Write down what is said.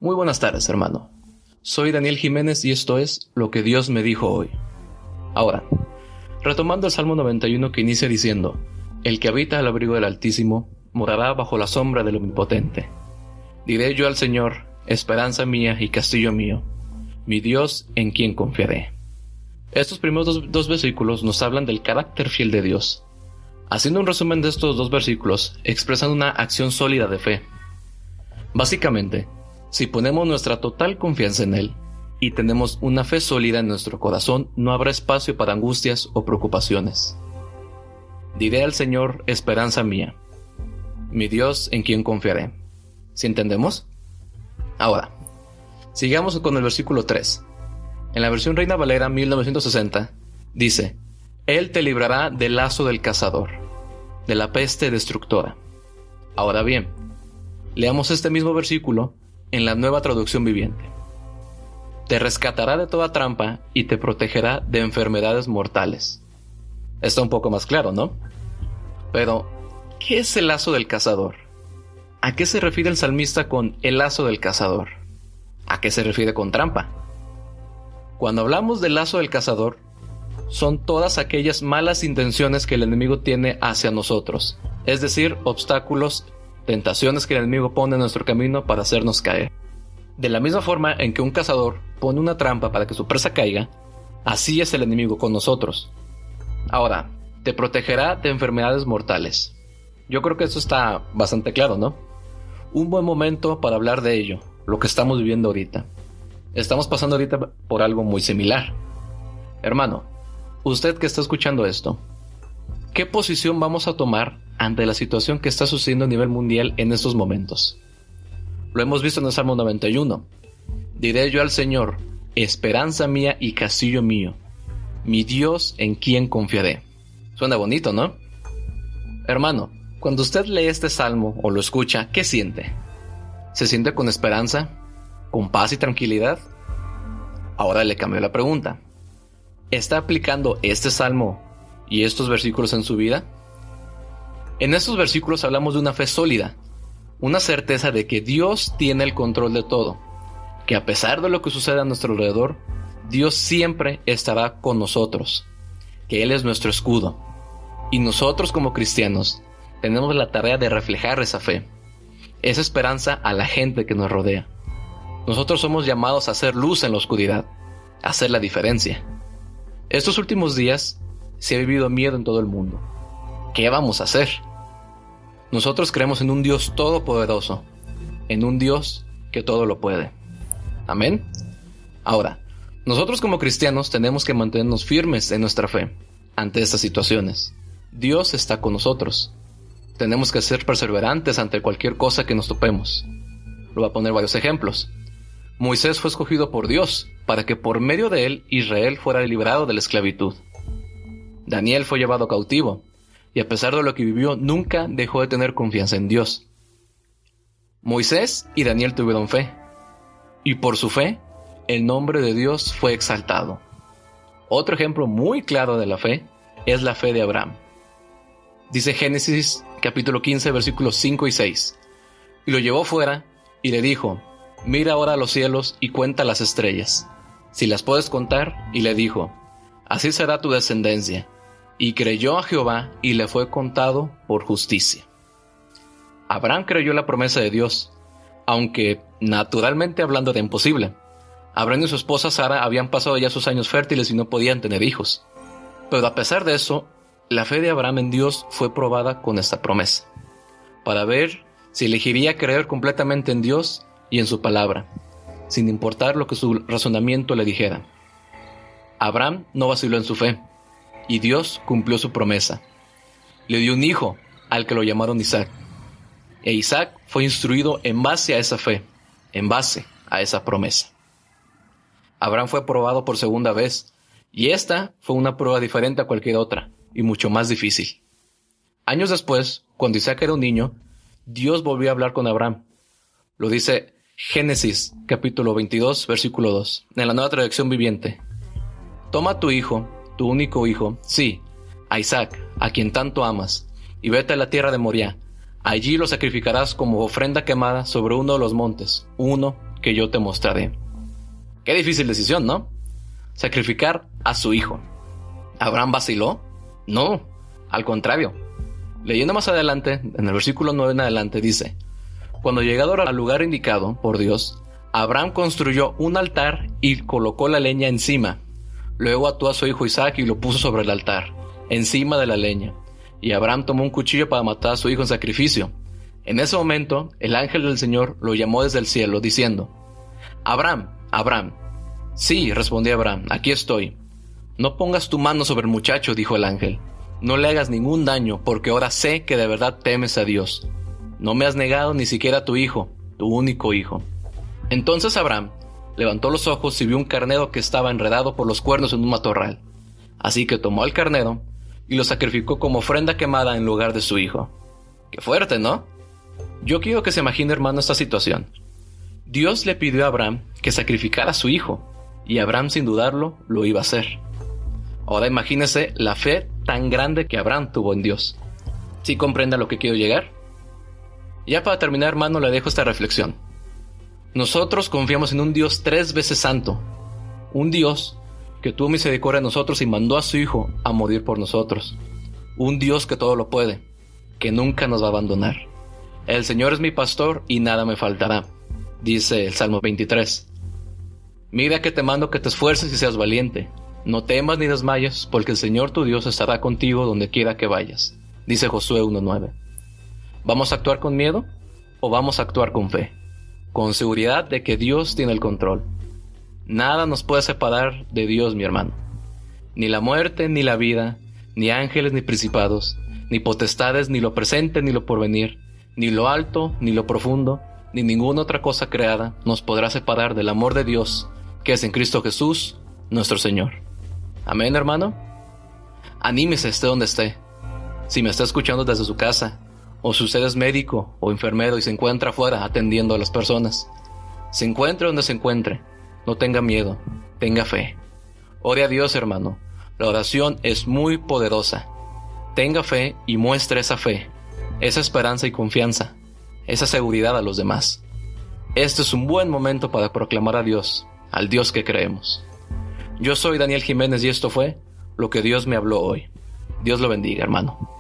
Muy buenas tardes, hermano. Soy Daniel Jiménez y esto es Lo que Dios me dijo hoy. Ahora, retomando el Salmo 91 que inicia diciendo: El que habita al abrigo del Altísimo morará bajo la sombra del Omnipotente. Diré yo al Señor, esperanza mía y castillo mío, mi Dios en quien confiaré. Estos primeros dos versículos nos hablan del carácter fiel de Dios. Haciendo un resumen de estos dos versículos, expresan una acción sólida de fe. Básicamente, si ponemos nuestra total confianza en Él y tenemos una fe sólida en nuestro corazón, no habrá espacio para angustias o preocupaciones. Diré al Señor, esperanza mía, mi Dios en quien confiaré. ¿Sí entendemos? Ahora, sigamos con el versículo 3. En la versión Reina Valera 1960, dice: Él te librará del lazo del cazador, de la peste destructora. Ahora bien, leamos este mismo versículo en la Nueva Traducción Viviente. Te rescatará de toda trampa y te protegerá de enfermedades mortales. Está un poco más claro, ¿no? Pero, ¿qué es el lazo del cazador? ¿A qué se refiere el salmista con el lazo del cazador? ¿A qué se refiere con trampa? Cuando hablamos del lazo del cazador, son todas aquellas malas intenciones que el enemigo tiene hacia nosotros, es decir, obstáculos, tentaciones que el enemigo pone en nuestro camino para hacernos caer. De la misma forma en que un cazador pone una trampa para que su presa caiga, así es el enemigo con nosotros. Ahora, te protegerá de enfermedades mortales. Yo creo que eso está bastante claro, ¿no? Un buen momento para hablar de ello, lo que estamos viviendo ahorita. Estamos pasando ahorita por algo muy similar. Hermano, usted que está escuchando esto, ¿qué posición vamos a tomar ante la situación que está sucediendo a nivel mundial en estos momentos? Lo hemos visto en el Salmo 91. Diré yo al Señor, esperanza mía y castillo mío, mi Dios en quien confiaré. Suena bonito, ¿no? Hermano, cuando usted lee este salmo o lo escucha, ¿qué siente? ¿Se siente con esperanza? ¿Con paz y tranquilidad? Ahora le cambio la pregunta. ¿Está aplicando este salmo y estos versículos en su vida? En estos versículos hablamos de una fe sólida, una certeza de que Dios tiene el control de todo, que a pesar de lo que suceda a nuestro alrededor, Dios siempre estará con nosotros, que Él es nuestro escudo. Y nosotros como cristianos tenemos la tarea de reflejar esa fe, esa esperanza a la gente que nos rodea. Nosotros somos llamados a hacer luz en la oscuridad, a hacer la diferencia. Estos últimos días se ha vivido miedo en todo el mundo. ¿Qué vamos a hacer? Nosotros creemos en un Dios todopoderoso, en un Dios que todo lo puede. ¿Amén? Ahora, nosotros como cristianos tenemos que mantenernos firmes en nuestra fe ante estas situaciones. Dios está con nosotros. Tenemos que ser perseverantes ante cualquier cosa que nos topemos. Le voy a poner varios ejemplos. Moisés fue escogido por Dios para que por medio de él Israel fuera liberado de la esclavitud. Daniel fue llevado cautivo y a pesar de lo que vivió nunca dejó de tener confianza en Dios. Moisés y Daniel tuvieron fe y por su fe el nombre de Dios fue exaltado. Otro ejemplo muy claro de la fe es la fe de Abraham. Dice Génesis capítulo 15 versículos 5 y 6. Y lo llevó fuera y le dijo: Mira ahora los cielos y cuenta las estrellas, si las puedes contar. Y le dijo: Así será tu descendencia. Y creyó a Jehová y le fue contado por justicia. Abraham creyó la promesa de Dios, aunque naturalmente hablando era imposible. Abraham y su esposa Sara habían pasado ya sus años fértiles y no podían tener hijos. Pero a pesar de eso, la fe de Abraham en Dios fue probada con esta promesa, para ver si elegiría creer completamente en Dios y en su palabra, sin importar lo que su razonamiento le dijera. Abraham no vaciló en su fe, y Dios cumplió su promesa. Le dio un hijo, al que lo llamaron Isaac. E Isaac fue instruido en base a esa fe, en base a esa promesa. Abraham fue probado por segunda vez, y esta fue una prueba diferente a cualquier otra, y mucho más difícil. Años después, cuando Isaac era un niño, Dios volvió a hablar con Abraham. Lo dice Génesis capítulo 22, versículo 2, en la Nueva Traducción Viviente. Toma a tu hijo, tu único hijo, sí, a Isaac, a quien tanto amas, y vete a la tierra de Moriah. Allí lo sacrificarás como ofrenda quemada sobre uno de los montes, uno que yo te mostraré. Qué difícil decisión, ¿no? Sacrificar a su hijo. ¿Abraham vaciló? No, al contrario. Leyendo más adelante, en el versículo 9 en adelante, dice: cuando llegado al lugar indicado por Dios, Abraham construyó un altar y colocó la leña encima. Luego ató a su hijo Isaac y lo puso sobre el altar, encima de la leña. Y Abraham tomó un cuchillo para matar a su hijo en sacrificio. En ese momento, el ángel del Señor lo llamó desde el cielo, diciendo: Abraham, Abraham. Sí, respondió Abraham, aquí estoy. No pongas tu mano sobre el muchacho, dijo el ángel. No le hagas ningún daño, porque ahora sé que de verdad temes a Dios. No me has negado ni siquiera a tu hijo, tu único hijo. Entonces Abraham levantó los ojos y vio un carnero que estaba enredado por los cuernos en un matorral. Así que tomó al carnero y lo sacrificó como ofrenda quemada en lugar de su hijo. Qué fuerte, ¿no? Yo quiero que se imagine, hermano, esta situación. Dios le pidió a Abraham que sacrificara a su hijo, y Abraham, sin dudarlo, lo iba a hacer. Ahora imagínese la fe tan grande que Abraham tuvo en Dios. ¿Sí comprende a lo que quiero llegar? Ya para terminar, hermano, le dejo esta reflexión. Nosotros confiamos en un Dios 3 veces santo, un Dios que tuvo misericordia de nosotros y mandó a su Hijo a morir por nosotros, un Dios que todo lo puede, que nunca nos va a abandonar. El Señor es mi pastor y nada me faltará, dice el Salmo 23. Mira que te mando que te esfuerces y seas valiente, no temas ni desmayes, porque el Señor tu Dios estará contigo donde quiera que vayas, dice Josué 1:9. ¿Vamos a actuar con miedo o vamos a actuar con fe? Con seguridad de que Dios tiene el control. Nada nos puede separar de Dios, mi hermano. Ni la muerte, ni la vida, ni ángeles, ni principados, ni potestades, ni lo presente, ni lo porvenir, ni lo alto, ni lo profundo, ni ninguna otra cosa creada nos podrá separar del amor de Dios, que es en Cristo Jesús, nuestro Señor. Amén, hermano. Anímese, esté donde esté. Si me está escuchando desde su casa, o si usted es médico o enfermero y se encuentra afuera atendiendo a las personas, se encuentre donde se encuentre, no tenga miedo, tenga fe. Ore a Dios, hermano. La oración es muy poderosa. Tenga fe y muestre esa fe, esa esperanza y confianza, esa seguridad a los demás. Este es un buen momento para proclamar a Dios, al Dios que creemos. Yo soy Daniel Jiménez y esto fue lo que Dios me habló hoy. Dios lo bendiga, hermano.